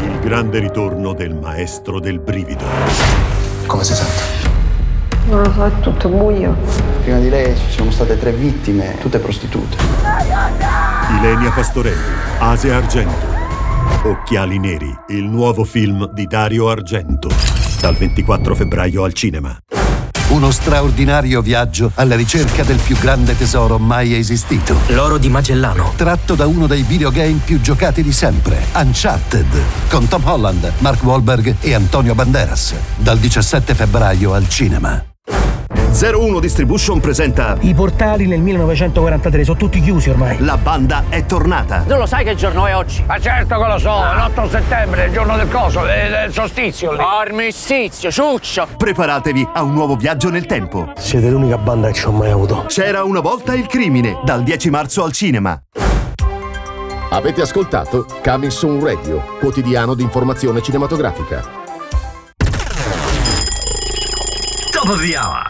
Il grande ritorno del maestro del brivido. Come si sente? Non lo so, è tutto buio. Prima di lei ci sono state 3 vittime, tutte prostitute. Ilenia Pastorelli, Asia Argento. Occhiali neri, il nuovo film di Dario Argento. Dal 24 febbraio al cinema. Uno straordinario viaggio alla ricerca del più grande tesoro mai esistito. L'oro di Magellano. Tratto da uno dei videogame più giocati di sempre, Uncharted, con Tom Holland, Mark Wahlberg e Antonio Banderas. Dal 17 febbraio al cinema. 01 Distribution presenta I portali nel 1943 sono tutti chiusi ormai. La banda è tornata. Tu lo sai che giorno è oggi? Ma certo che lo so, è l'8 settembre, il giorno del coso, del solstizio lì. Armistizio, ciuccio. Preparatevi a un nuovo viaggio nel tempo. Siete l'unica banda che ci ho mai avuto. C'era una volta il crimine, dal 10 marzo al cinema. Avete ascoltato Coming Soon Radio, quotidiano di informazione cinematografica. Top of the Hour.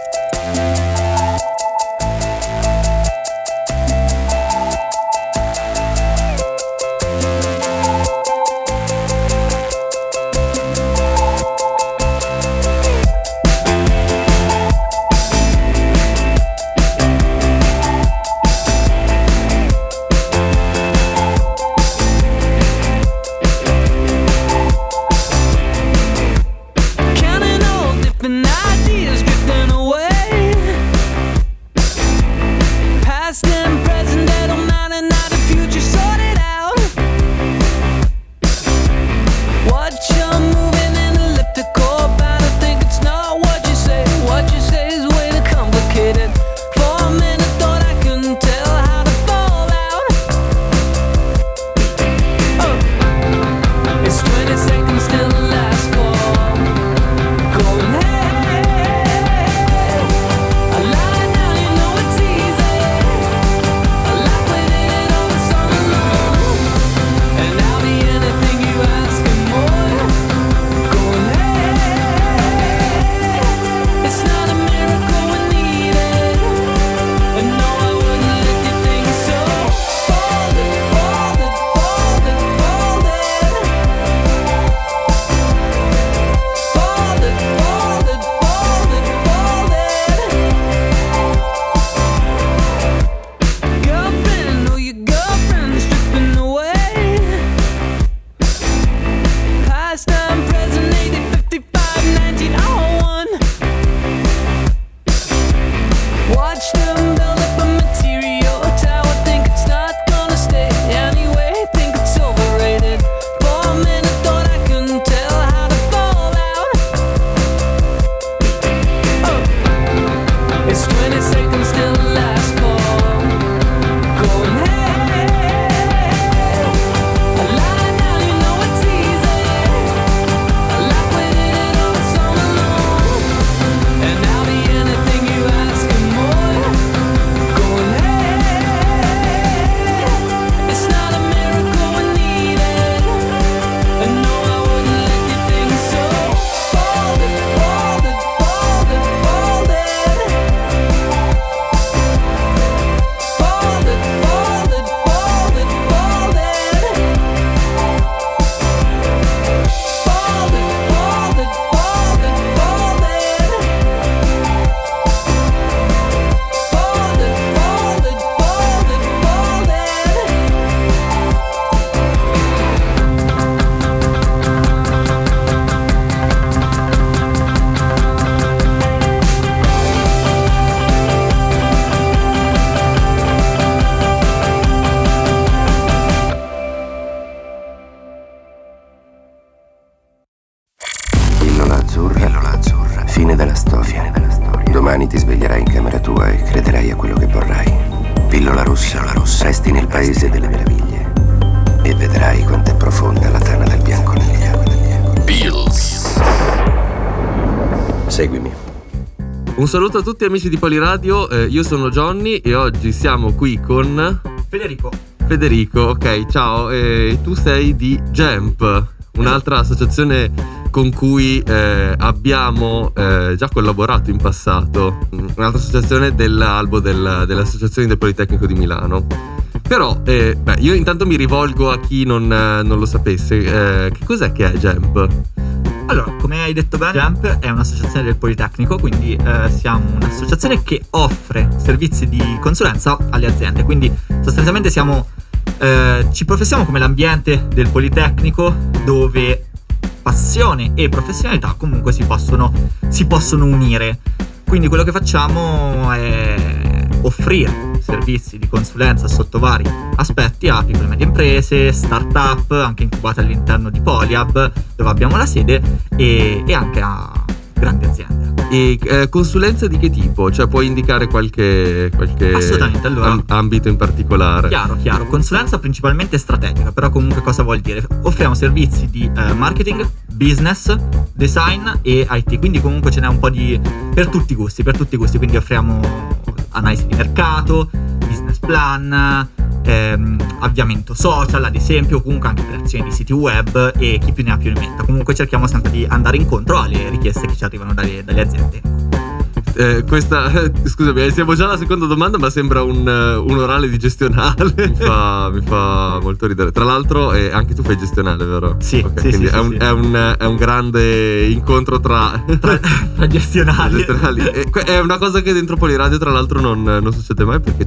Fine della storia. Domani ti sveglierai in camera tua e crederai a quello che vorrai. Pillola rossa, resti nel paese delle meraviglie e vedrai quanto è profonda la tana del bianconiglio. Pills. Seguimi. Un saluto a tutti amici di Poliradio, io sono Johnny e oggi siamo qui con Federico, ok, ciao, tu sei di Jamp, un'altra associazione con cui abbiamo già collaborato in passato, un'altra associazione dell'albo delle associazioni del Politecnico di Milano. Però io intanto mi rivolgo a chi non lo sapesse. Che cos'è che è Jamp? Allora, come hai detto bene, Jamp è un'associazione del Politecnico, quindi siamo un'associazione che offre servizi di consulenza alle aziende. Quindi sostanzialmente ci professiamo come l'ambiente del Politecnico, dove passione e professionalità comunque si possono unire. Quindi quello che facciamo è offrire servizi di consulenza sotto vari aspetti a piccole e medie imprese, start-up, anche incubate all'interno di Polyhub, dove abbiamo la sede, e anche a grandi aziende. E consulenza di che tipo? Cioè puoi indicare qualche assolutamente, allora, ambito in particolare? Chiaro, consulenza principalmente strategica, però comunque cosa vuol dire? Offriamo servizi di marketing, business, design e IT, quindi comunque ce n'è un po' per tutti i gusti, quindi offriamo analisi di mercato, business plan, avviamento social ad esempio, comunque anche creazione di siti web e chi più ne ha più ne metta. Comunque cerchiamo sempre di andare incontro alle richieste che ci arrivano dalle aziende. Scusami, siamo già alla seconda domanda, ma sembra un orale di gestionale. mi fa molto ridere. Tra l'altro anche tu fai gestionale, vero? Sì, okay, sì, è un grande incontro tra gestionali. È una cosa che dentro Poliradio tra l'altro non succede mai, perché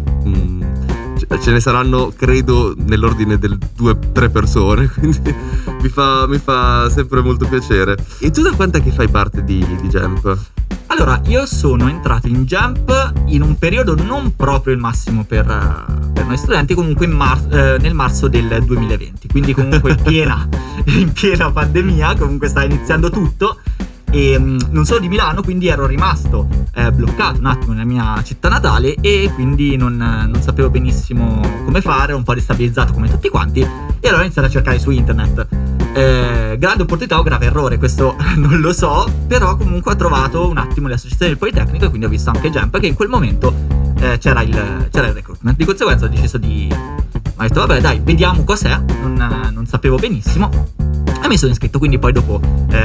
ce ne saranno, credo, nell'ordine del 2-3 persone, quindi mi fa sempre molto piacere. E tu da quant'è che fai parte di Jamp? Allora, io sono entrato in Jamp in un periodo non proprio il massimo per noi studenti, comunque nel marzo del 2020, quindi comunque in piena pandemia, comunque sta iniziando tutto. E non sono di Milano, quindi ero rimasto bloccato un attimo nella mia città natale, e quindi non sapevo benissimo come fare, ero un po' destabilizzato come tutti quanti, e allora ho iniziato a cercare su internet. Grande opportunità o grave errore, questo non lo so, però comunque ho trovato un attimo le associazioni del Politecnico, e quindi ho visto anche Jamp, che in quel momento c'era il recruitment. Di conseguenza ho deciso ho detto vabbè dai, vediamo cos'è, non sapevo benissimo, e mi sono iscritto. Quindi poi dopo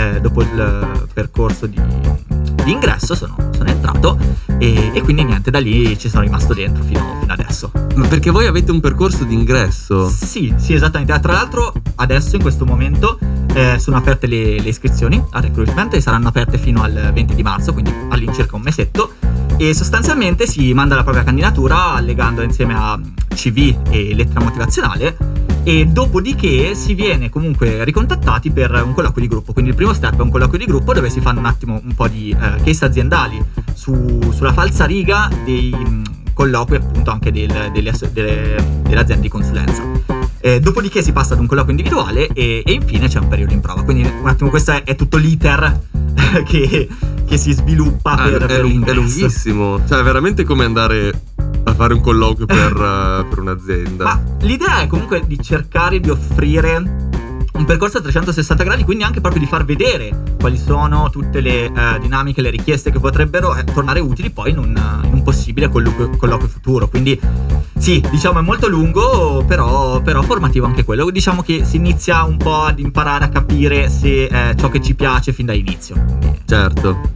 il percorso di ingresso sono entrato, e quindi niente, da lì ci sono rimasto dentro fino adesso. Ma perché voi avete un percorso di ingresso? Sì, esattamente. Tra l'altro adesso in questo momento sono aperte le iscrizioni al recruitment, e saranno aperte fino al 20 di marzo, quindi all'incirca un mesetto, e sostanzialmente si manda la propria candidatura allegando insieme a CV e lettera motivazionale, e dopodiché si viene comunque ricontattati per un colloquio di gruppo. Quindi il primo step è un colloquio di gruppo dove si fanno un attimo un po' di case aziendali sulla falsariga dei colloqui appunto anche delle aziende di consulenza. Dopodiché si passa ad un colloquio individuale, e infine c'è un periodo in prova. Quindi un attimo questo è tutto l'iter che si sviluppa per l'ingresso. È lunghissimo, cioè è veramente come andare a fare un colloquio per un'azienda. Ma l'idea è comunque di cercare di offrire un percorso a 360 gradi, quindi anche proprio di far vedere quali sono tutte le dinamiche, le richieste che potrebbero tornare utili poi in un possibile colloquio futuro. Quindi sì, diciamo è molto lungo, però formativo anche quello. Diciamo che si inizia un po' ad imparare a capire se è ciò che ci piace fin dall'inizio. Quindi... Certo.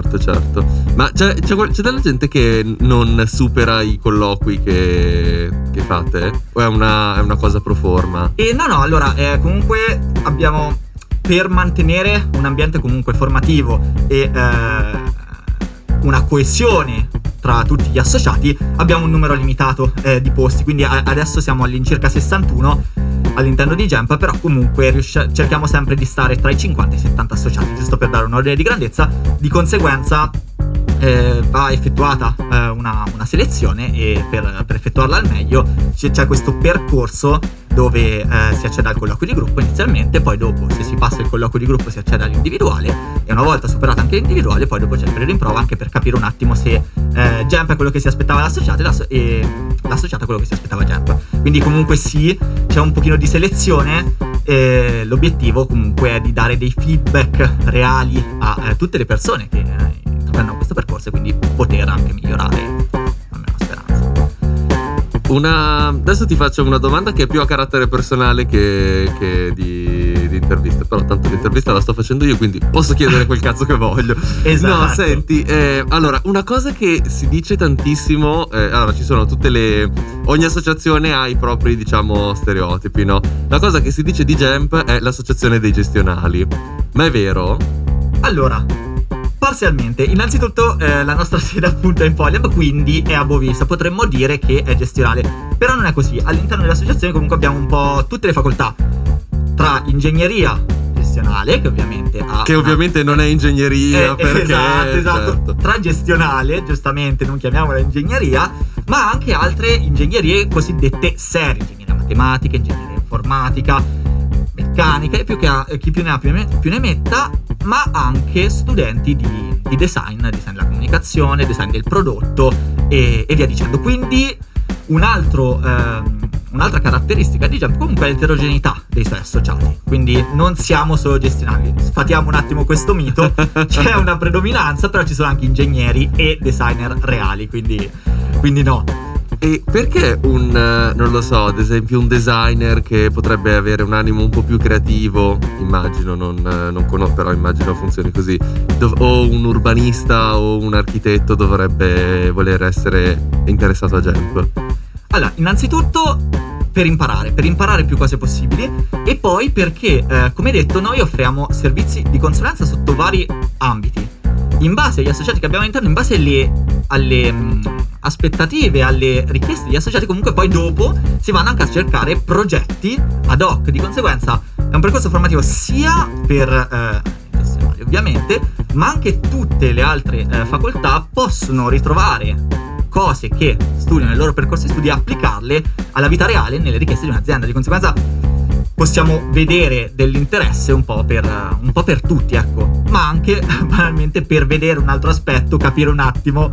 Ma c'è della gente che non supera i colloqui che fate? O è una cosa pro forma? No, allora comunque abbiamo, per mantenere un ambiente comunque formativo e una coesione tra tutti gli associati, abbiamo un numero limitato di posti, quindi adesso siamo all'incirca 61 all'interno di Jamp, però comunque cerchiamo sempre di stare tra i 50 e i 70 associati, giusto per dare un ordine di grandezza. Di conseguenza va effettuata una selezione, e per effettuarla al meglio c'è questo percorso dove si accede al colloquio di gruppo inizialmente, poi dopo, se si passa il colloquio di gruppo, si accede all'individuale, e una volta superato anche l'individuale poi dopo c'è il periodo in prova, anche per capire un attimo se Jamp è quello che si aspettava l'associato e l'associato è quello che si aspettava Jamp. Quindi comunque sì, c'è un pochino di selezione. L'obiettivo comunque è di dare dei feedback reali a tutte le persone che intraprendono questo percorso, e quindi poter anche migliorare, almeno speranza. Adesso ti faccio una domanda che è più a carattere personale che di intervista, però tanto le l'intervista la sto facendo io, quindi posso chiedere quel cazzo che voglio. Esatto. No, senti, allora, una cosa che si dice tantissimo, allora ci sono ogni associazione ha i propri, diciamo, stereotipi, no? La cosa che si dice di Gemp è l'associazione dei gestionali, ma è vero? Allora, parzialmente. Innanzitutto la nostra sede appunto è in Poliab, quindi è a Bovisa, potremmo dire che è gestionale, però non è così. All'interno dell'associazione comunque abbiamo un po' tutte le facoltà, tra ingegneria gestionale, che ovviamente ha ovviamente non è ingegneria, perché esatto, certo. Tra gestionale, giustamente non chiamiamola ingegneria, ma anche altre ingegnerie cosiddette serie, ingegneria matematica, ingegneria informatica, meccanica, e chi più ne ha più ne metta, ma anche studenti di design della comunicazione, design del prodotto e via dicendo. Quindi un'altra caratteristica di Gemp comunque è l'eterogeneità dei suoi associati, quindi non siamo solo gestionali. Sfatiamo un attimo questo mito, c'è una predominanza, però ci sono anche ingegneri e designer reali, quindi no. E perché non lo so, ad esempio un designer che potrebbe avere un animo un po' più creativo, immagino, non conosco, però immagino funzioni così, o un urbanista o un architetto dovrebbe voler essere interessato a Gemp? Allora, innanzitutto per imparare più cose possibili, e poi perché, come detto, noi offriamo servizi di consulenza sotto vari ambiti, in base agli associati che abbiamo all'interno, in base alle aspettative, alle richieste degli associati. Comunque poi dopo si vanno anche a cercare progetti ad hoc. Di conseguenza è un percorso formativo sia per gestionali ovviamente, ma anche tutte le altre facoltà possono ritrovare cose che studiano nel loro percorso di studi e applicarle alla vita reale nelle richieste di un'azienda. Di conseguenza possiamo vedere dell'interesse un po' per tutti, ecco, ma anche banalmente per vedere un altro aspetto, capire un attimo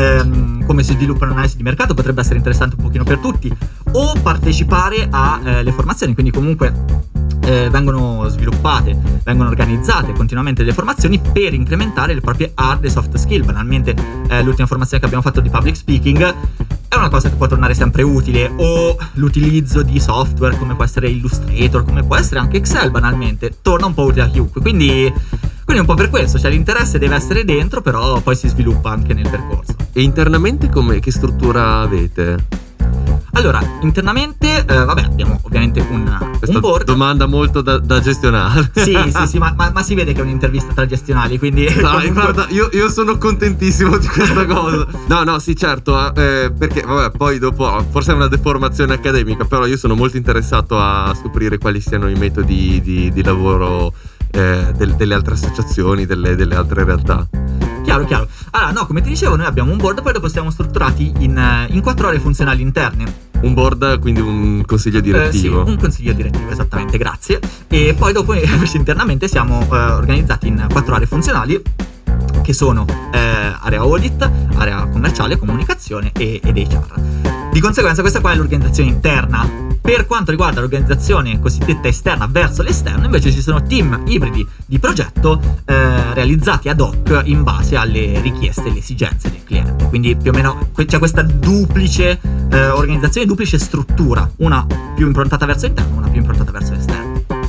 come si sviluppa un'analisi di mercato, potrebbe essere interessante un pochino per tutti, o partecipare alle formazioni. Quindi comunque vengono sviluppate, vengono organizzate continuamente delle formazioni per incrementare le proprie hard e soft skill. Banalmente l'ultima formazione che abbiamo fatto di public speaking è una cosa che può tornare sempre utile, o l'utilizzo di software come può essere Illustrator, come può essere anche Excel, banalmente torna un po' utile a chiunque, quindi un po' per questo, cioè l'interesse deve essere dentro, però poi si sviluppa anche nel percorso. E internamente che struttura avete? Allora, internamente, abbiamo ovviamente un board. Domanda molto da gestionale. Sì, ma si vede che è un'intervista tra gestionali, quindi dai, guarda, io sono contentissimo di questa cosa. No, sì, certo, perché poi dopo forse è una deformazione accademica, però io sono molto interessato a scoprire quali siano i metodi di lavoro delle altre associazioni, delle altre realtà. Chiaro. Allora, no, come ti dicevo, noi abbiamo un board, poi dopo siamo strutturati in 4 aree funzionali interne. Un board, quindi un consiglio direttivo. Sì, un consiglio direttivo, esattamente, grazie. E poi dopo invece internamente siamo organizzati in 4 aree funzionali, che sono area audit, area commerciale, comunicazione ed HR. Di conseguenza questa qua è l'organizzazione interna. Per quanto riguarda l'organizzazione cosiddetta esterna verso l'esterno, invece ci sono team ibridi di progetto realizzati ad hoc in base alle richieste e alle esigenze del cliente. Quindi più o meno c'è questa duplice organizzazione, duplice struttura, una più improntata verso l'interno, una più improntata verso l'esterno.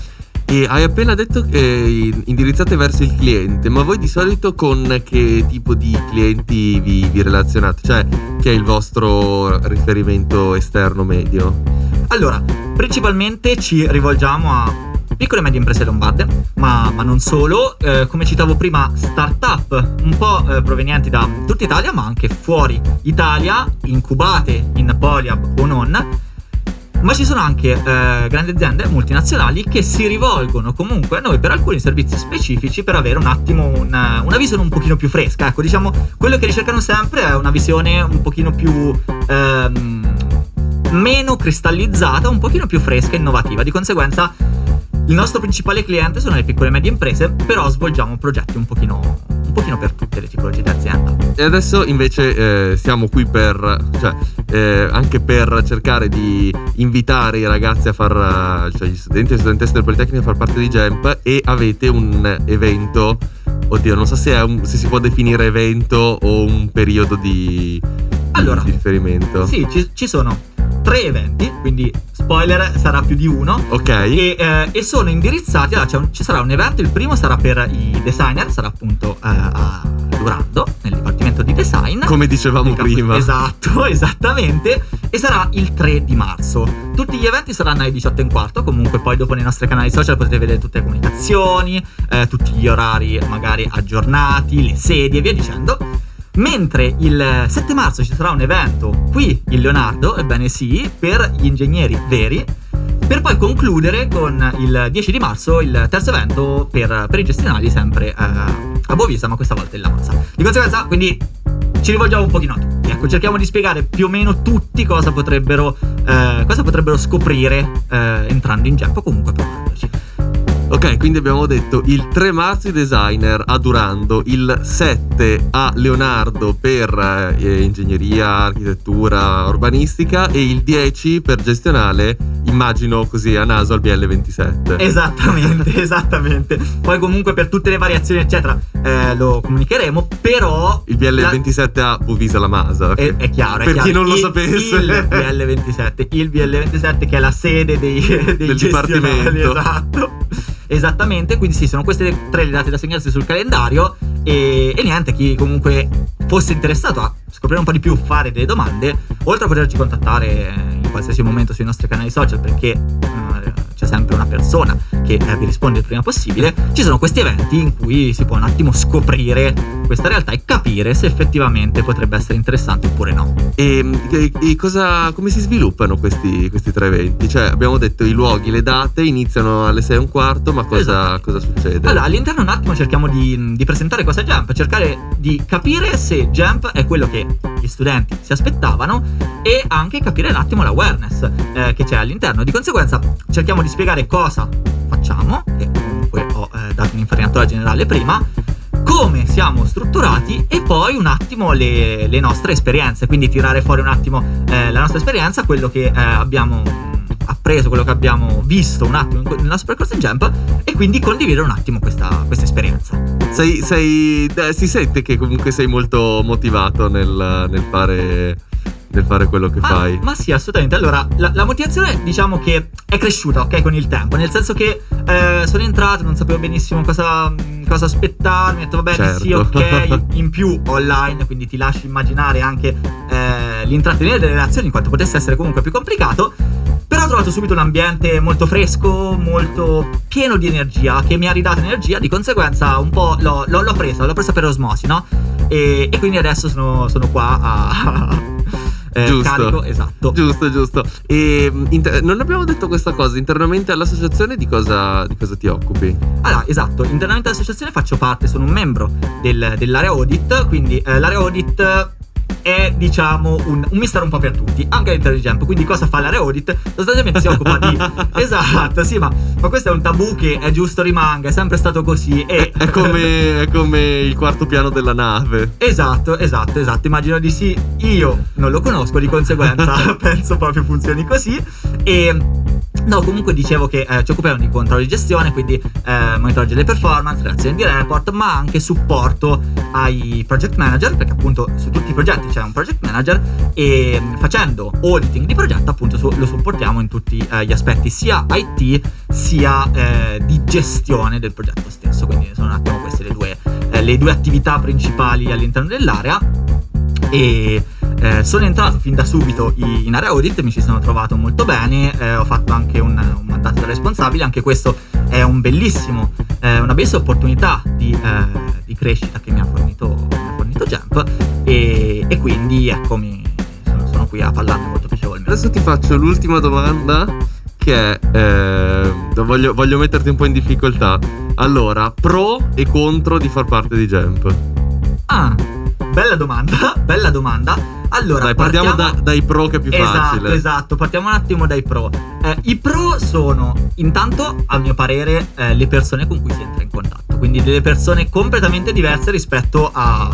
E hai appena detto che indirizzate verso il cliente, ma voi di solito con che tipo di clienti vi relazionate? Cioè, che è il vostro riferimento esterno medio? Allora, principalmente ci rivolgiamo a piccole e medie imprese lombarde, ma non solo, come citavo prima, start-up un po' provenienti da tutta Italia, ma anche fuori Italia, incubate in Poliab o non. Ma ci sono anche grandi aziende multinazionali che si rivolgono comunque a noi per alcuni servizi specifici, per avere un attimo una visione un pochino più fresca. Ecco, diciamo, quello che ricercano sempre è una visione un pochino più meno cristallizzata, un pochino più fresca e innovativa. Di conseguenza il nostro principale cliente sono le piccole e medie imprese, però svolgiamo progetti un pochino per tutte le tipologie di azienda. E adesso invece siamo qui anche per cercare di invitare i ragazzi cioè gli studenti e le studentesse del Politecnico a far parte di Gemp, e avete un evento, oddio, non so se si può definire evento o un periodo di riferimento. Sì, ci sono 3 eventi, quindi spoiler, sarà più di uno. Ok. E sono indirizzati, allora ci sarà un evento, il primo sarà per i designer, sarà appunto a Durando, nel dipartimento di design, come dicevamo prima. Esatto, esattamente. E sarà il 3 di marzo. Tutti gli eventi saranno alle 18:15. Comunque poi dopo nei nostri canali social potete vedere tutte le comunicazioni, tutti gli orari magari aggiornati, le sedie e via dicendo. Mentre il 7 marzo ci sarà un evento qui in Leonardo, ebbene sì, per gli ingegneri veri, per poi concludere con il 10 di marzo il terzo evento per i gestionali, sempre a Bovisa, ma questa volta in La Masa. Di conseguenza, quindi ci rivolgiamo un pochino a tutti. Ecco, cerchiamo di spiegare più o meno tutti cosa potrebbero scoprire entrando in Gemp o comunque provandoci. Ok, quindi abbiamo detto il 3 marzo i designer a Durando, il 7 a Leonardo per ingegneria, architettura, urbanistica e il 10 per gestionale, immagino così a naso al BL27. Esattamente. Poi comunque per tutte le variazioni eccetera lo comunicheremo, però il BL27 a Bovisa La Masa. È chiaro, per chi non lo sapesse. Il BL27 che è la sede dei dipartimento. Esatto. Esattamente, quindi sì, sono queste 3 le date da segnarsi sul calendario e niente, chi comunque fosse interessato a scoprire un po' di più, fare delle domande, oltre a poterci contattare in qualsiasi momento sui nostri canali social, perché c'è sempre una persona che vi risponde il prima possibile, ci sono questi eventi in cui si può un attimo scoprire questa realtà e capire se effettivamente potrebbe essere interessante oppure no. E come si sviluppano questi 3 eventi? Cioè, abbiamo detto i luoghi, le date iniziano alle 6:15, ma cosa succede? Allora, all'interno un attimo cerchiamo di presentare cosa è Gemp, cercare di capire se Gemp è quello che gli studenti si aspettavano e anche capire un attimo l'awareness che c'è all'interno. Di conseguenza cerchiamo di spiegare cosa facciamo, che comunque ho dato un'infarinatura generale prima, come siamo strutturati e poi un attimo le nostre esperienze, quindi tirare fuori un attimo la nostra esperienza, quello che abbiamo appreso, quello che abbiamo visto un attimo nel nostro percorso in Gemp, e quindi condividere un attimo questa esperienza. Si sente che comunque sei molto motivato nel fare quello che fai. Ma sì, assolutamente. Allora, la motivazione diciamo che è cresciuta, ok, con il tempo, nel senso che sono entrato, non sapevo benissimo cosa aspettarmi, ho detto va bene, certo. Sì, ok, in più online, quindi ti lascio immaginare anche l'intrattenere delle relazioni, in quanto potesse essere comunque più complicato. Però ho trovato subito un ambiente molto fresco, molto pieno di energia, che mi ha ridato energia, di conseguenza un po' l'ho presa per osmosi, no? E quindi adesso sono qua a giusto, carico, esatto. Giusto. E non abbiamo detto questa cosa, internamente all'associazione di cosa ti occupi? Allora, esatto, internamente all'associazione faccio parte, sono un membro dell'area audit, quindi l'area audit è diciamo un mistero un po' per tutti, anche all'interno di Gemp. Quindi cosa fa l'area audit? Sostanzialmente si occupa di esatto, sì, ma questo è un tabù che è giusto rimanga, è sempre stato così. È come il quarto piano della nave. Esatto, immagino di sì. Io non lo conosco, di conseguenza penso proprio funzioni così. No, comunque dicevo che ci occupiamo di controllo di gestione, quindi monitoraggio delle performance, redazione di report, ma anche supporto ai project manager, perché appunto su tutti i progetti c'è un project manager, e facendo auditing di progetto appunto lo supportiamo in tutti gli aspetti, sia IT sia di gestione del progetto stesso. Quindi sono un attimo queste le due attività principali all'interno dell'area. E sono entrato fin da subito in area audit, mi ci sono trovato molto bene, ho fatto anche un mandato da responsabile. Anche questo è una bellissima opportunità di crescita che mi ha fornito Gemp, e quindi eccomi, sono qui a parlarne molto piacevolmente. Adesso ti faccio l'ultima domanda, che è voglio metterti un po' in difficoltà. Allora, pro e contro di far parte di Gemp. Bella domanda. Allora, dai, partiamo dai pro, che è più facile. Esatto, partiamo un attimo dai pro. I pro sono, intanto, a mio parere, le persone con cui si entra in contatto. Quindi delle persone completamente diverse rispetto a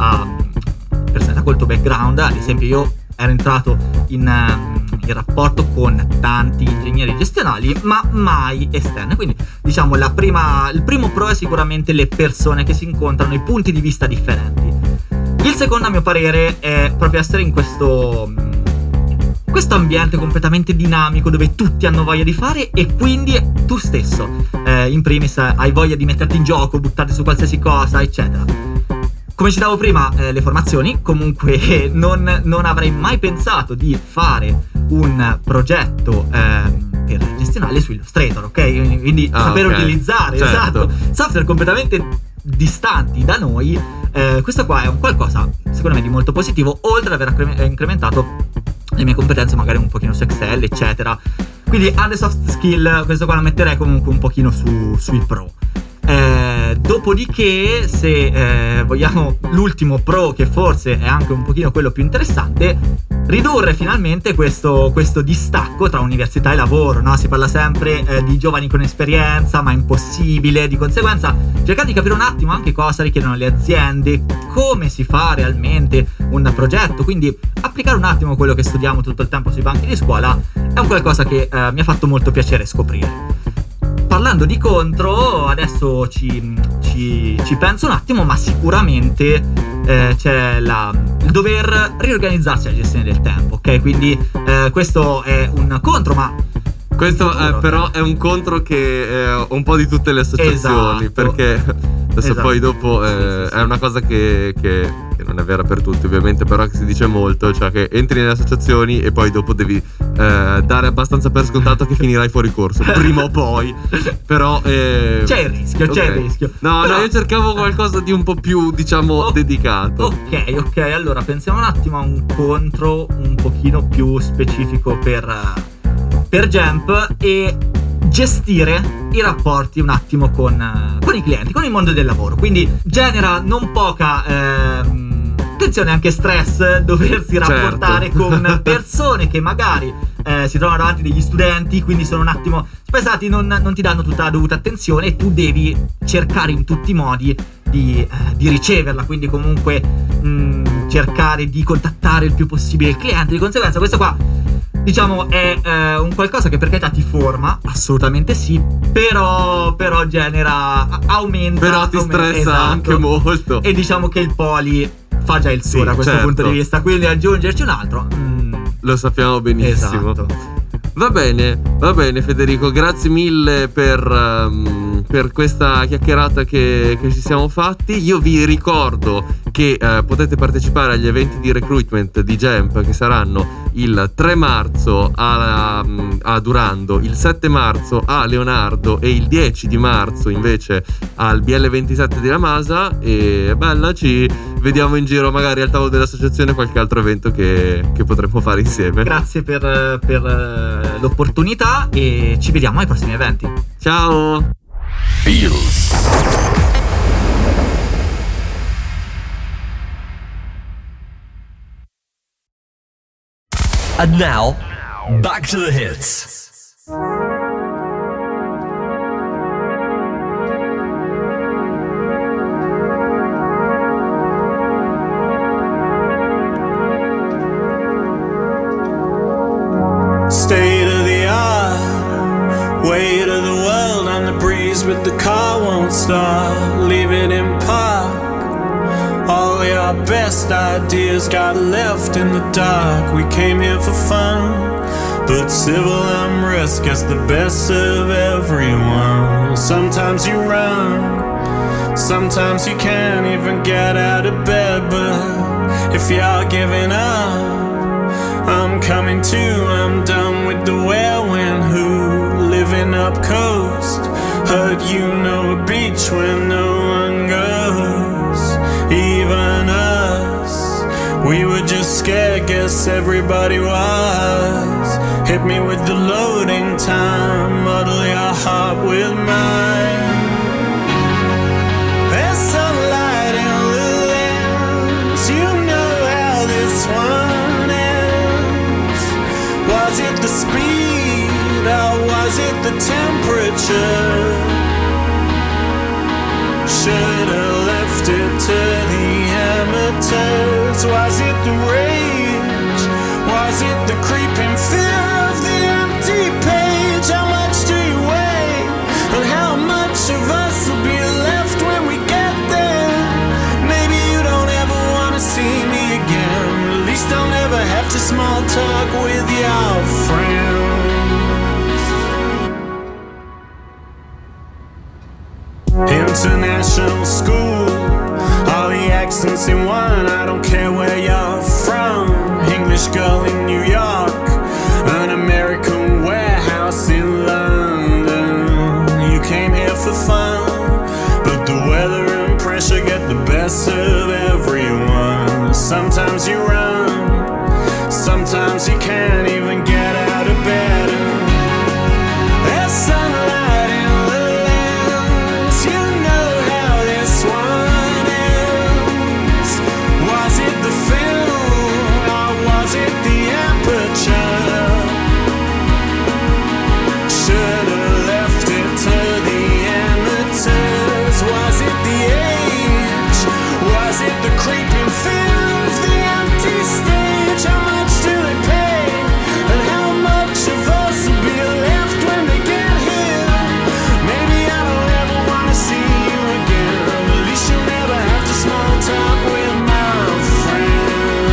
persone col tuo background. Ad esempio, io ero entrato in rapporto con tanti ingegneri gestionali, ma mai esterni. Quindi diciamo il primo pro è sicuramente le persone che si incontrano, i punti di vista differenti. Il secondo, a mio parere, è proprio essere in questo questo ambiente completamente dinamico dove tutti hanno voglia di fare, e quindi tu stesso in primis hai voglia di metterti in gioco, buttarti su qualsiasi cosa, eccetera. Come citavo prima, le formazioni, comunque non avrei mai pensato di fare un progetto per gestionale su Illustrator, ok? Quindi saper utilizzare, esatto, software completamente distanti da noi. Questo qua è un qualcosa secondo me di molto positivo, oltre ad aver incrementato le mie competenze magari un pochino su Excel, eccetera. Quindi alle soft skill questo qua lo metterei comunque un pochino sui pro. Dopodiché, se vogliamo l'ultimo pro, che forse è anche un pochino quello più interessante, ridurre finalmente questo distacco tra università e lavoro, no? Si parla sempre di giovani con esperienza, ma è impossibile. Di conseguenza, cercare di capire un attimo anche cosa richiedono le aziende, come si fa realmente un progetto, quindi applicare un attimo quello che studiamo tutto il tempo sui banchi di scuola è un qualcosa che mi ha fatto molto piacere scoprire. Parlando di contro, adesso ci penso un attimo, ma sicuramente c'è il dover riorganizzarsi alla gestione del tempo, ok? Quindi questo è un contro, ma questo però è un contro che è un po' di tutte le associazioni, perché adesso poi dopo è una cosa che non è vera per tutti ovviamente, però che si dice molto, cioè che entri nelle associazioni e poi dopo devi dare abbastanza per scontato che finirai fuori corso prima o poi, però c'è il rischio. No, io cercavo qualcosa di un po' più, diciamo, dedicato. Ok, allora pensiamo un attimo a un contro un pochino più specifico per Jamp, e gestire i rapporti un attimo con i clienti, con il mondo del lavoro. Quindi genera non poca tensione, anche stress, doversi rapportare con persone che magari si trovano davanti degli studenti, quindi sono un attimo spesati, non ti danno tutta la dovuta attenzione, e tu devi cercare in tutti i modi di riceverla, quindi comunque cercare di contattare il più possibile il cliente. Di conseguenza questo qua, diciamo, è un qualcosa che per carità ti forma, assolutamente sì, però genera, aumenta, però ti stressa anche molto, e diciamo che il poli fa già il suo da questo punto di vista, quindi aggiungerci un altro lo sappiamo benissimo. Esatto. Va bene Federico, grazie mille per questa chiacchierata che ci siamo fatti. Io vi ricordo che potete partecipare agli eventi di recruitment di Jamp, che saranno il 3 marzo a Durando, il 7 marzo a Leonardo e il 10 di marzo invece al BL27 di Lamasa. E bella, ci vediamo in giro magari al tavolo dell'associazione, qualche altro evento che potremmo fare insieme. Grazie per l'opportunità e ci vediamo ai prossimi eventi. Ciao. And now, back to the hits. State of the art, weight of the world on the breeze, but the car won't start. Leave it in park. All your best ideas got left in the dark. We came here for fun, but civil unrest gets the best of everyone. Sometimes you run, sometimes you can't even get out of bed. But if you're giving up, I'm coming to. I'm done with the whirlwind who living up coast. Heard you know a beach where no one goes, even us. We were just scared, guess everybody was. Hit me with the loading time, muddle your heart with mine. There's sunlight in the lens, you know how this one ends. Was it the speed or was it the temperature? Should've left it to the amateurs. Was it the rage? Was it the creeping fear of the empty page? How much do you weigh? And how much of us will be left when we get there? Maybe you don't ever want to see me again. At least I'll never have to small talk with you International school, all the accents in one. I don't care where you're from. English girl in New York, an American warehouse in London. You came here for fun, but the weather and pressure get the best of everyone. Sometimes you run, sometimes you can't even get out of bed. There's sunlight in the lens, you know how this one ends. Was it the film or was it the aperture? Should've left it to the amateurs. Was it the age? Was it the creeping fear of the empty stage? How much do they pay? And how much of us will be left when they get here? Maybe I don't ever wanna see you again. At least you'll never have to small talk with my friends.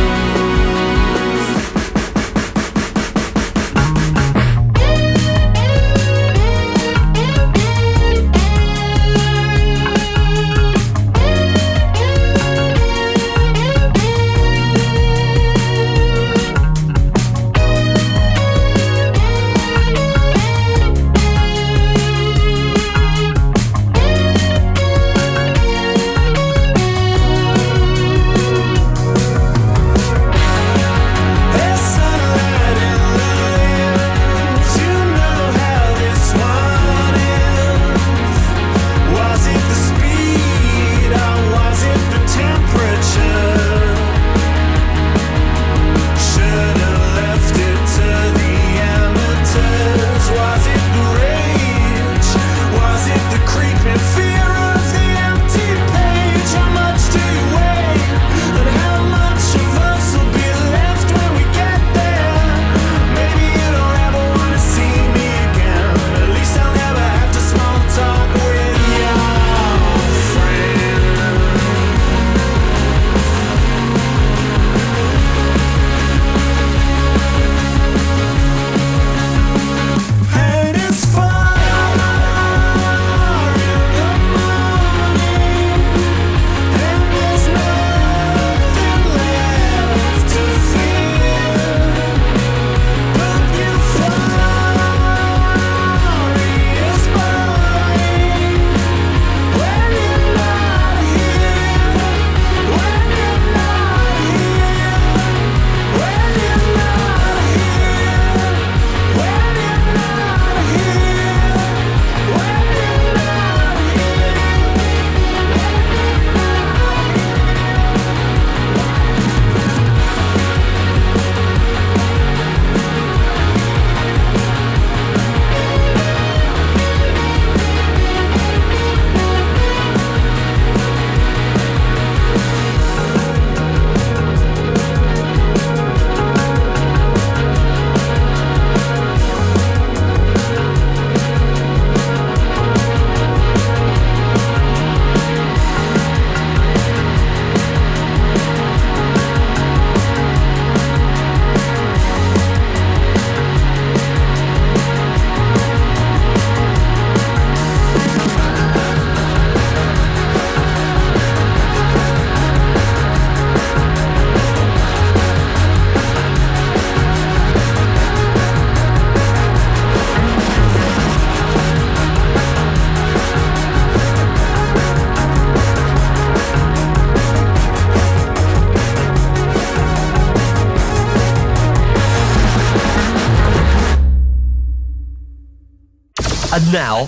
And now,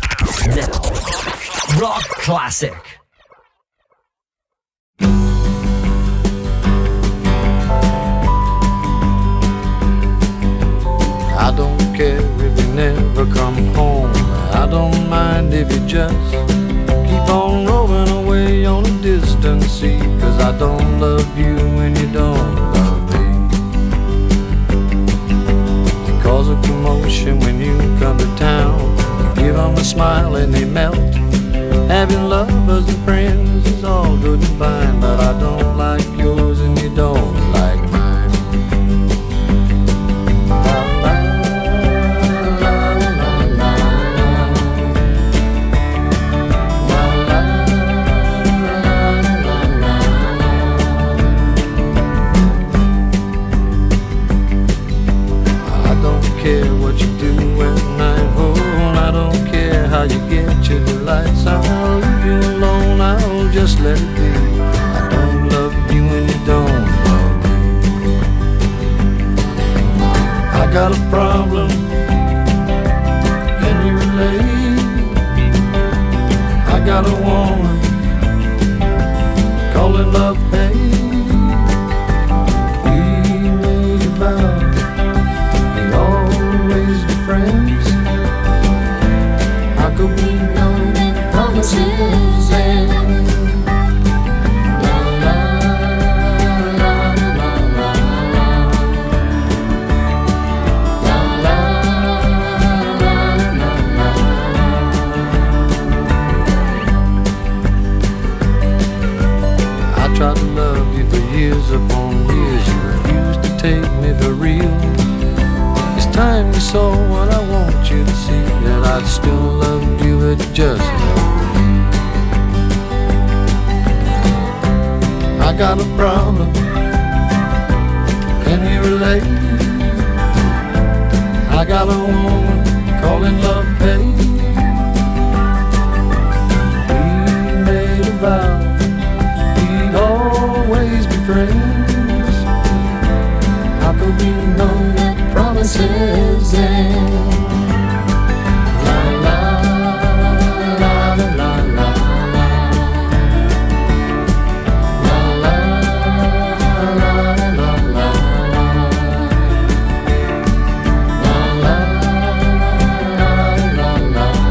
rock classic. I don't care if you never come home. I don't mind if you just keep on rolling away on a distant sea. 'Cause I don't love you when you don't love me. You cause a commotion when you come to town. You give them a smile and they melt. Having lovers and friends is all good and fine, but I don't like yours and you don't like mine. leave you alone, I'll just let it be. I don't love you and you don't love me. I got a problem, can you relate? I got a woman, call it love hate. We made a vow, we'd always be friends. How could we know that promises end? Tried to love you for years upon years. You refused to take me for real. It's time you saw what I want you to see, that I'd still love you at just love me. I got a problem, can you relate? I got a woman calling love hate. We made a vow, always be friends. How could we know that promises end? La la la la la la. La la la la la. La la la la la.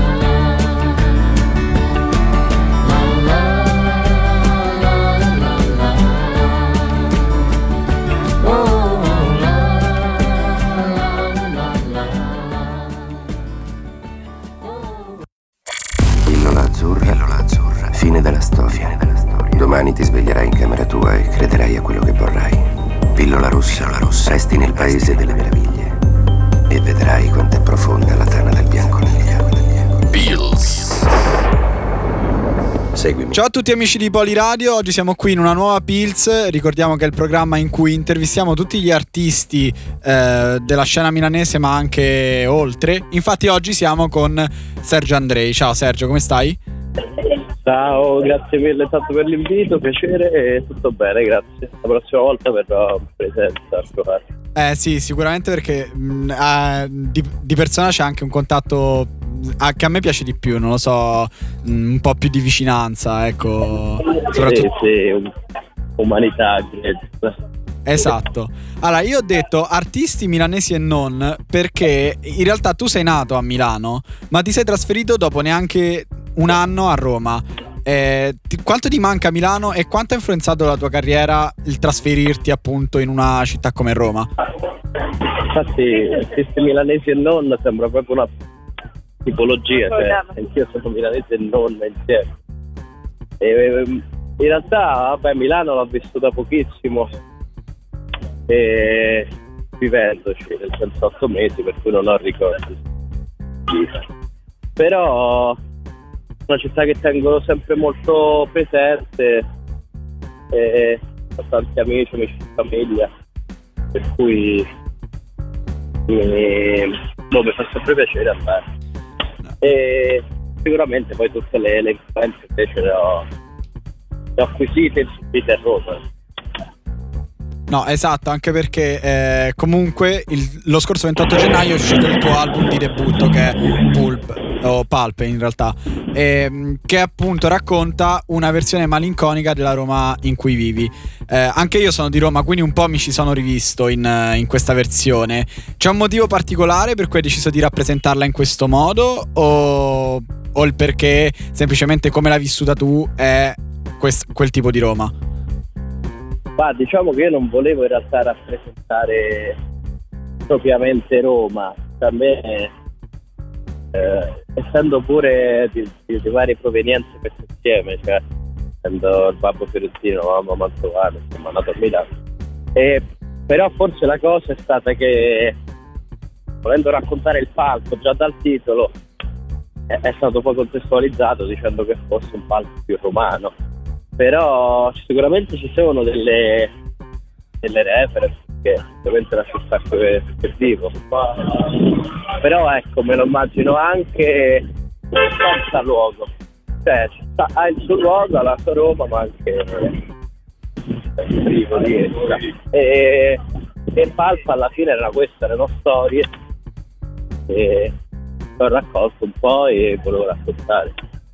Fine della storia. Domani ti sveglierai in camera tua e crederai a quello che vorrai. Pillola rossa, resti nel paese delle meraviglie e vedrai quanto è profonda la tana del bianconiglio. Pills. Seguimi. Ciao a tutti amici di Poliradio, oggi siamo qui in una nuova Pills. Ricordiamo che è il programma in cui intervistiamo tutti gli artisti della scena milanese, ma anche oltre. Infatti oggi siamo con Sergio Andrei. Ciao Sergio, come stai? Ciao, grazie mille tanto per l'invito, piacere e tutto bene, grazie. La prossima volta verrò presenza. Sì, sicuramente, perché di persona c'è anche un contatto che a me piace di più, non lo so, un po' più di vicinanza, ecco. Soprattutto... Sì, umanità, esatto. Allora, io ho detto artisti milanesi e non, perché in realtà tu sei nato a Milano, ma ti sei trasferito dopo neanche un anno a Roma. Quanto ti manca Milano e quanto ha influenzato la tua carriera il trasferirti appunto in una città come Roma? Infatti, artisti milanesi e non sembra proprio una tipologia, cioè anch'io sono milanese e non insieme. In realtà, vabbè, Milano l'ho vissuta pochissimo, e vivendoci nel senso 8 mesi, per cui non ho ricordi. Però una città che tengo sempre molto presente, e ho tanti amici di famiglia, per cui mi fa sempre piacere andare. E sicuramente poi tutte le influenze invece le ho acquisite e subite a Roma. No, esatto, anche perché comunque lo scorso 28 gennaio è uscito il tuo album di debutto, che è Pulp in realtà, che appunto racconta una versione malinconica della Roma in cui vivi. Anche io sono di Roma, quindi un po' mi ci sono rivisto in questa versione. C'è un motivo particolare per cui hai deciso di rappresentarla in questo modo, o il perché semplicemente come l'hai vissuta tu è quel tipo di Roma? Ma diciamo che io non volevo in realtà rappresentare propriamente Roma. A me, essendo pure di varie provenienze messe insieme, cioè essendo il babbo fiorentino, la mamma mantovana, insomma nato a Milano, però forse la cosa è stata che, volendo raccontare il palco già dal titolo, è stato poi contestualizzato dicendo che fosse un palco più romano. Però sicuramente ci sono delle reference, che ovviamente la città che vivo, però ecco, me lo immagino anche senza luogo, cioè, ha il suo luogo, ha la sua Roma, ma anche privo di essa. E Pulp alla fine era questa, erano storie e ho raccolto un po' e volevo raccontare.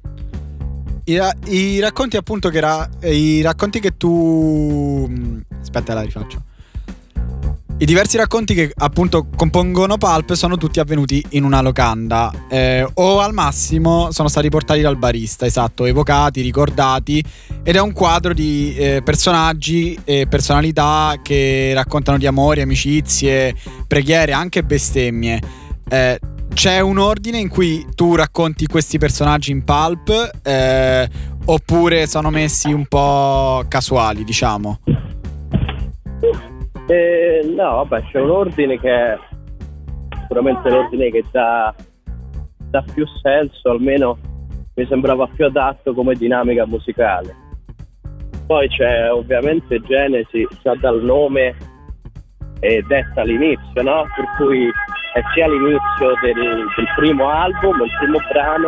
I racconti appunto i racconti che tu... Aspetta, la rifaccio. I diversi racconti che appunto compongono Pulp sono tutti avvenuti in una locanda, o al massimo sono stati portati dal barista, esatto, evocati, ricordati, ed è un quadro di personaggi e personalità che raccontano di amori, amicizie, preghiere, anche bestemmie. C'è un ordine in cui tu racconti questi personaggi in Pulp, oppure sono messi un po' casuali, diciamo? No, vabbè, c'è un ordine che è sicuramente l'ordine che dà più senso, almeno mi sembrava più adatto come dinamica musicale. Poi c'è ovviamente Genesi già dal nome e detta all'inizio, no? Per cui è sia l'inizio del primo album, il primo brano,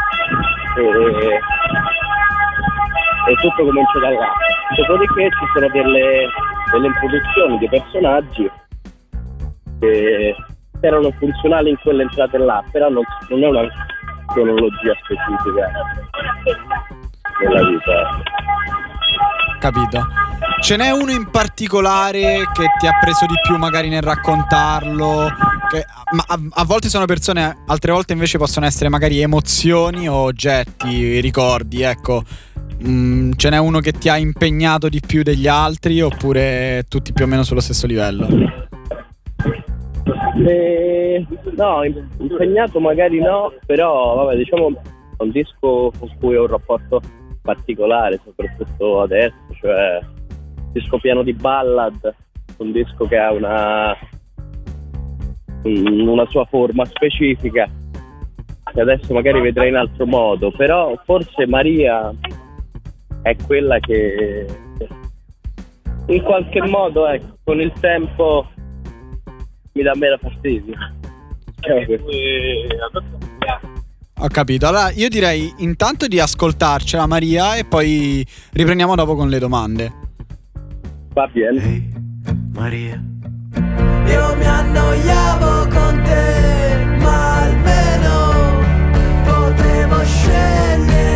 e tutto comincia da là. Dopodiché ci sono delle introduzioni dei personaggi che erano funzionali in quelle entrate là, però non è una cronologia specifica della vita. Capito. Ce n'è uno in particolare che ti ha preso di più magari nel raccontarlo? Ma a volte sono persone, altre volte invece possono essere magari emozioni o oggetti, ricordi, ecco. Ce n'è uno che ti ha impegnato di più degli altri, oppure tutti più o meno sullo stesso livello? No, impegnato magari no, però vabbè, diciamo è un disco con cui ho un rapporto particolare, soprattutto adesso, cioè un disco pieno di ballad, un disco che ha una sua forma specifica che adesso magari vedrei in altro modo, però forse Maria è quella che in qualche modo, ecco, con il tempo mi dà meno fastidio. Ho capito. Allora io direi intanto di ascoltarcela Maria e poi riprendiamo dopo con le domande. Va bene. Hey, Maria, io mi annoiavo con te, ma almeno potevo scegliere.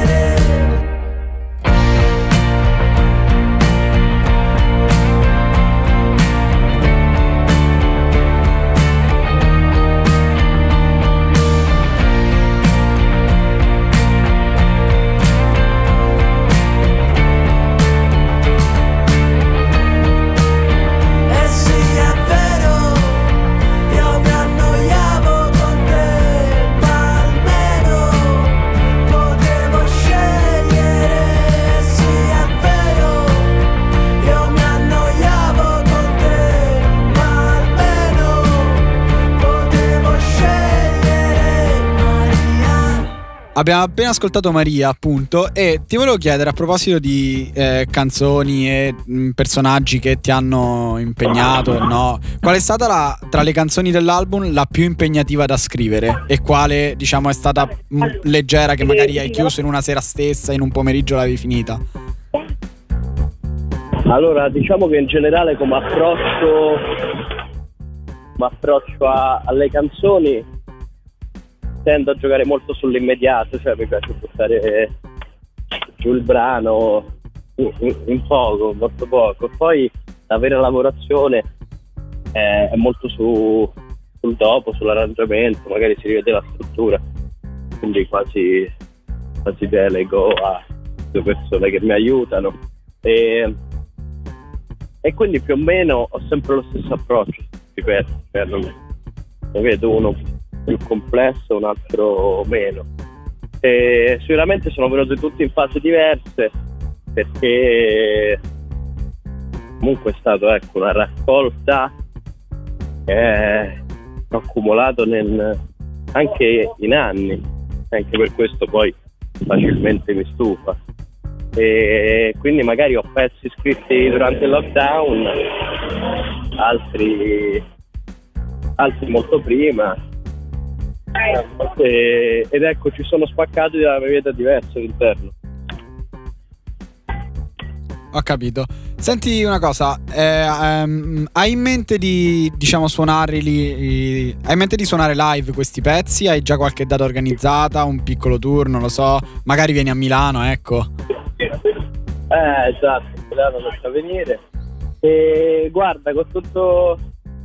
Abbiamo appena ascoltato Maria, appunto, e ti volevo chiedere a proposito di canzoni e personaggi che ti hanno impegnato, no? Qual è stata tra le canzoni dell'album la più impegnativa da scrivere e quale, diciamo, è stata leggera, che magari hai chiuso in una sera stessa, in un pomeriggio l'avevi finita? Allora, diciamo che in generale come approccio alle canzoni tendo a giocare molto sull'immediato, cioè mi piace buttare giù il brano in poco, molto poco. Poi la vera lavorazione è molto sul dopo, sull'arrangiamento, magari si rivede la struttura, quindi quasi delego a due persone che mi aiutano e quindi più o meno ho sempre lo stesso approccio, ripeto, cioè non vedo uno più complesso, un altro meno. E sicuramente sono venuti tutti in fasi diverse, perché comunque è stato, ecco, una raccolta che ho accumulato anche in anni, anche per questo poi facilmente mi stufa. E quindi magari ho pezzi scritti durante il lockdown, altri molto prima. ed ecco, ci sono spaccati da una vita diversa all'interno. Ho capito. Senti una cosa, hai in mente di, diciamo, suonare hai in mente di suonare live questi pezzi? Hai già qualche data organizzata, un piccolo tour, non lo so, magari vieni a Milano, ecco. Esatto, Milano lascia venire. E guarda, con tutto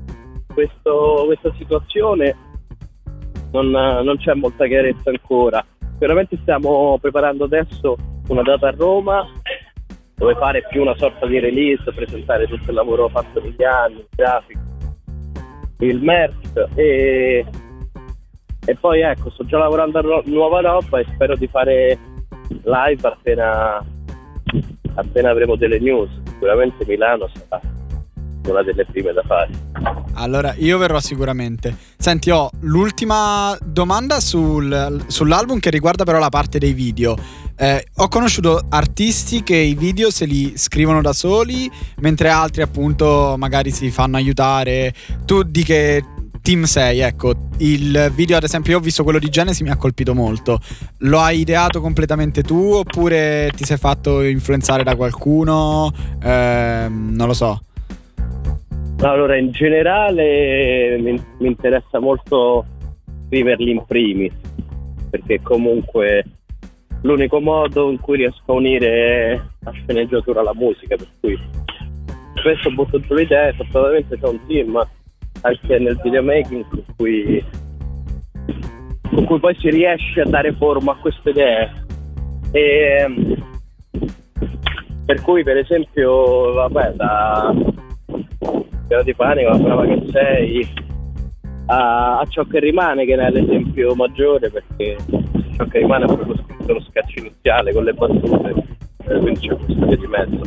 questa situazione non c'è molta chiarezza ancora. Sicuramente stiamo preparando adesso una data a Roma, dove fare più una sorta di release, presentare tutto il lavoro fatto negli anni, il grafico, il merch e poi ecco, sto già lavorando a nuova roba e spero di fare live appena avremo delle news. Sicuramente Milano sarà una delle prime da fare. Allora io verrò sicuramente. Senti, ho l'ultima domanda sull'album che riguarda però la parte dei video. Ho conosciuto artisti che i video se li scrivono da soli, mentre altri appunto magari si fanno aiutare. Tu di che team sei? Ecco, il video ad esempio, io ho visto quello di Genesi, mi ha colpito molto. Lo hai ideato completamente tu oppure ti sei fatto influenzare da qualcuno? Non lo so. Allora, in generale mi interessa molto scriverli in primis, perché comunque l'unico modo in cui riesco a unire la sceneggiatura alla musica, per cui spesso butto giù l'idea. Fortunatamente c'è un team anche nel videomaking con cui poi si riesce a dare forma a queste idee, e per cui per esempio vabbè, da Piano di Panico, la brava che sei, a Ciò che rimane, che ne è l'esempio maggiore, perché Ciò che rimane è proprio scritto lo sketch iniziale con le battute, quindi c'è questo via di mezzo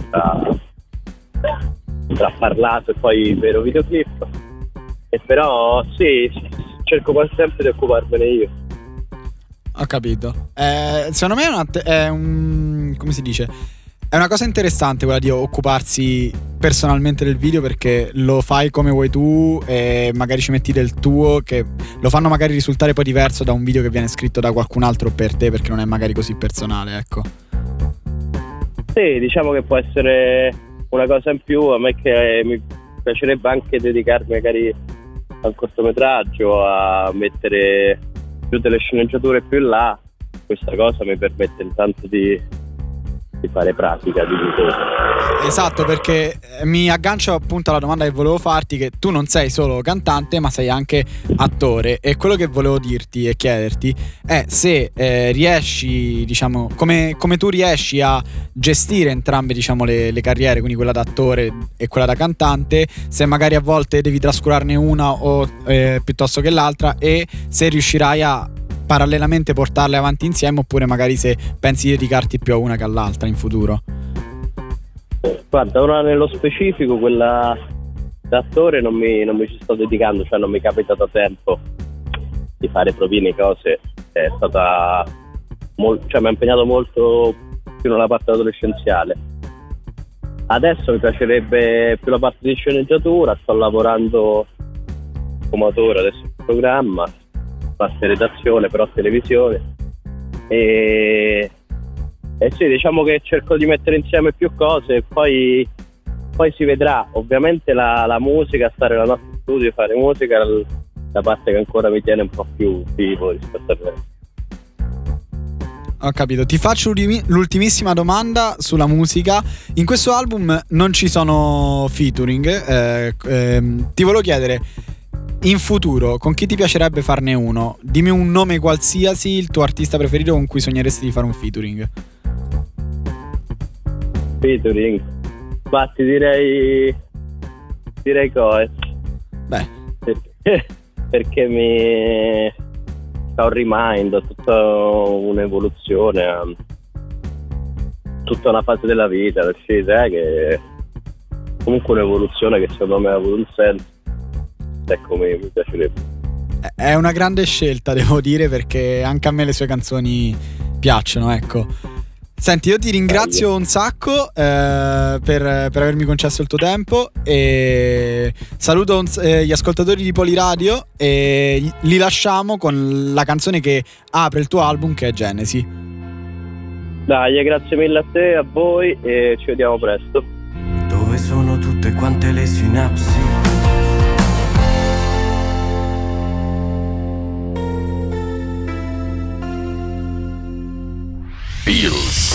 tra parlato e poi vero videoclip. E però sì, cerco quasi sempre di occuparmene io. Ho capito. Secondo me è un come si dice? È una cosa interessante quella di occuparsi personalmente del video, perché lo fai come vuoi tu e magari ci metti del tuo, che lo fanno magari risultare poi diverso da un video che viene scritto da qualcun altro per te, perché non è magari così personale, ecco. Sì, diciamo che può essere una cosa in più. A me che mi piacerebbe anche dedicarmi magari a un cortometraggio, a mettere più delle sceneggiature più in là. Questa cosa mi permette intanto di fare pratica di tutto. Esatto, perché mi aggancio appunto alla domanda che volevo farti, che tu non sei solo cantante ma sei anche attore, e quello che volevo dirti e chiederti è se riesci, diciamo, come tu riesci a gestire entrambe, diciamo, le carriere, quindi quella da attore e quella da cantante, se magari a volte devi trascurarne una o piuttosto che l'altra, e se riuscirai a parallelamente portarle avanti insieme, oppure magari se pensi di dedicarti più a una che all'altra in futuro. Guarda, ora nello specifico quella da attore non mi ci sto dedicando, cioè non mi capita da tempo di fare provine, cose. È stata cioè mi ha impegnato molto più nella parte adolescenziale. Adesso mi piacerebbe più la parte di sceneggiatura, sto lavorando come autore adesso in programma, parte redazione, però televisione, e sì, diciamo che cerco di mettere insieme più cose e poi si vedrà. Ovviamente la musica, stare nel nostro studio e fare musica è la parte che ancora mi tiene un po' più vivo rispetto a me. Ho capito. Ti faccio l'ultimissima domanda sulla musica. In questo album non ci sono featuring, ti volevo chiedere, in futuro con chi ti piacerebbe farne uno? Dimmi un nome qualsiasi, il tuo artista preferito con cui sogneresti di fare un featuring. Featuring? Ma ti direi Coez. Beh, perché mi fa un remind, tutta un'evoluzione, tutta una fase della vita, che comunque un'evoluzione che secondo me ha avuto un senso. Ecco, mi piacerebbe. È una grande scelta, devo dire, perché anche a me le sue canzoni piacciono, ecco. Senti, io ti ringrazio un sacco per avermi concesso il tuo tempo e saluto gli ascoltatori di Poliradio e li lasciamo con la canzone che apre il tuo album, che è Genesi. Dai, grazie mille a te, a voi e ci vediamo presto. Dove sono tutte quante le sinapsi? Pills.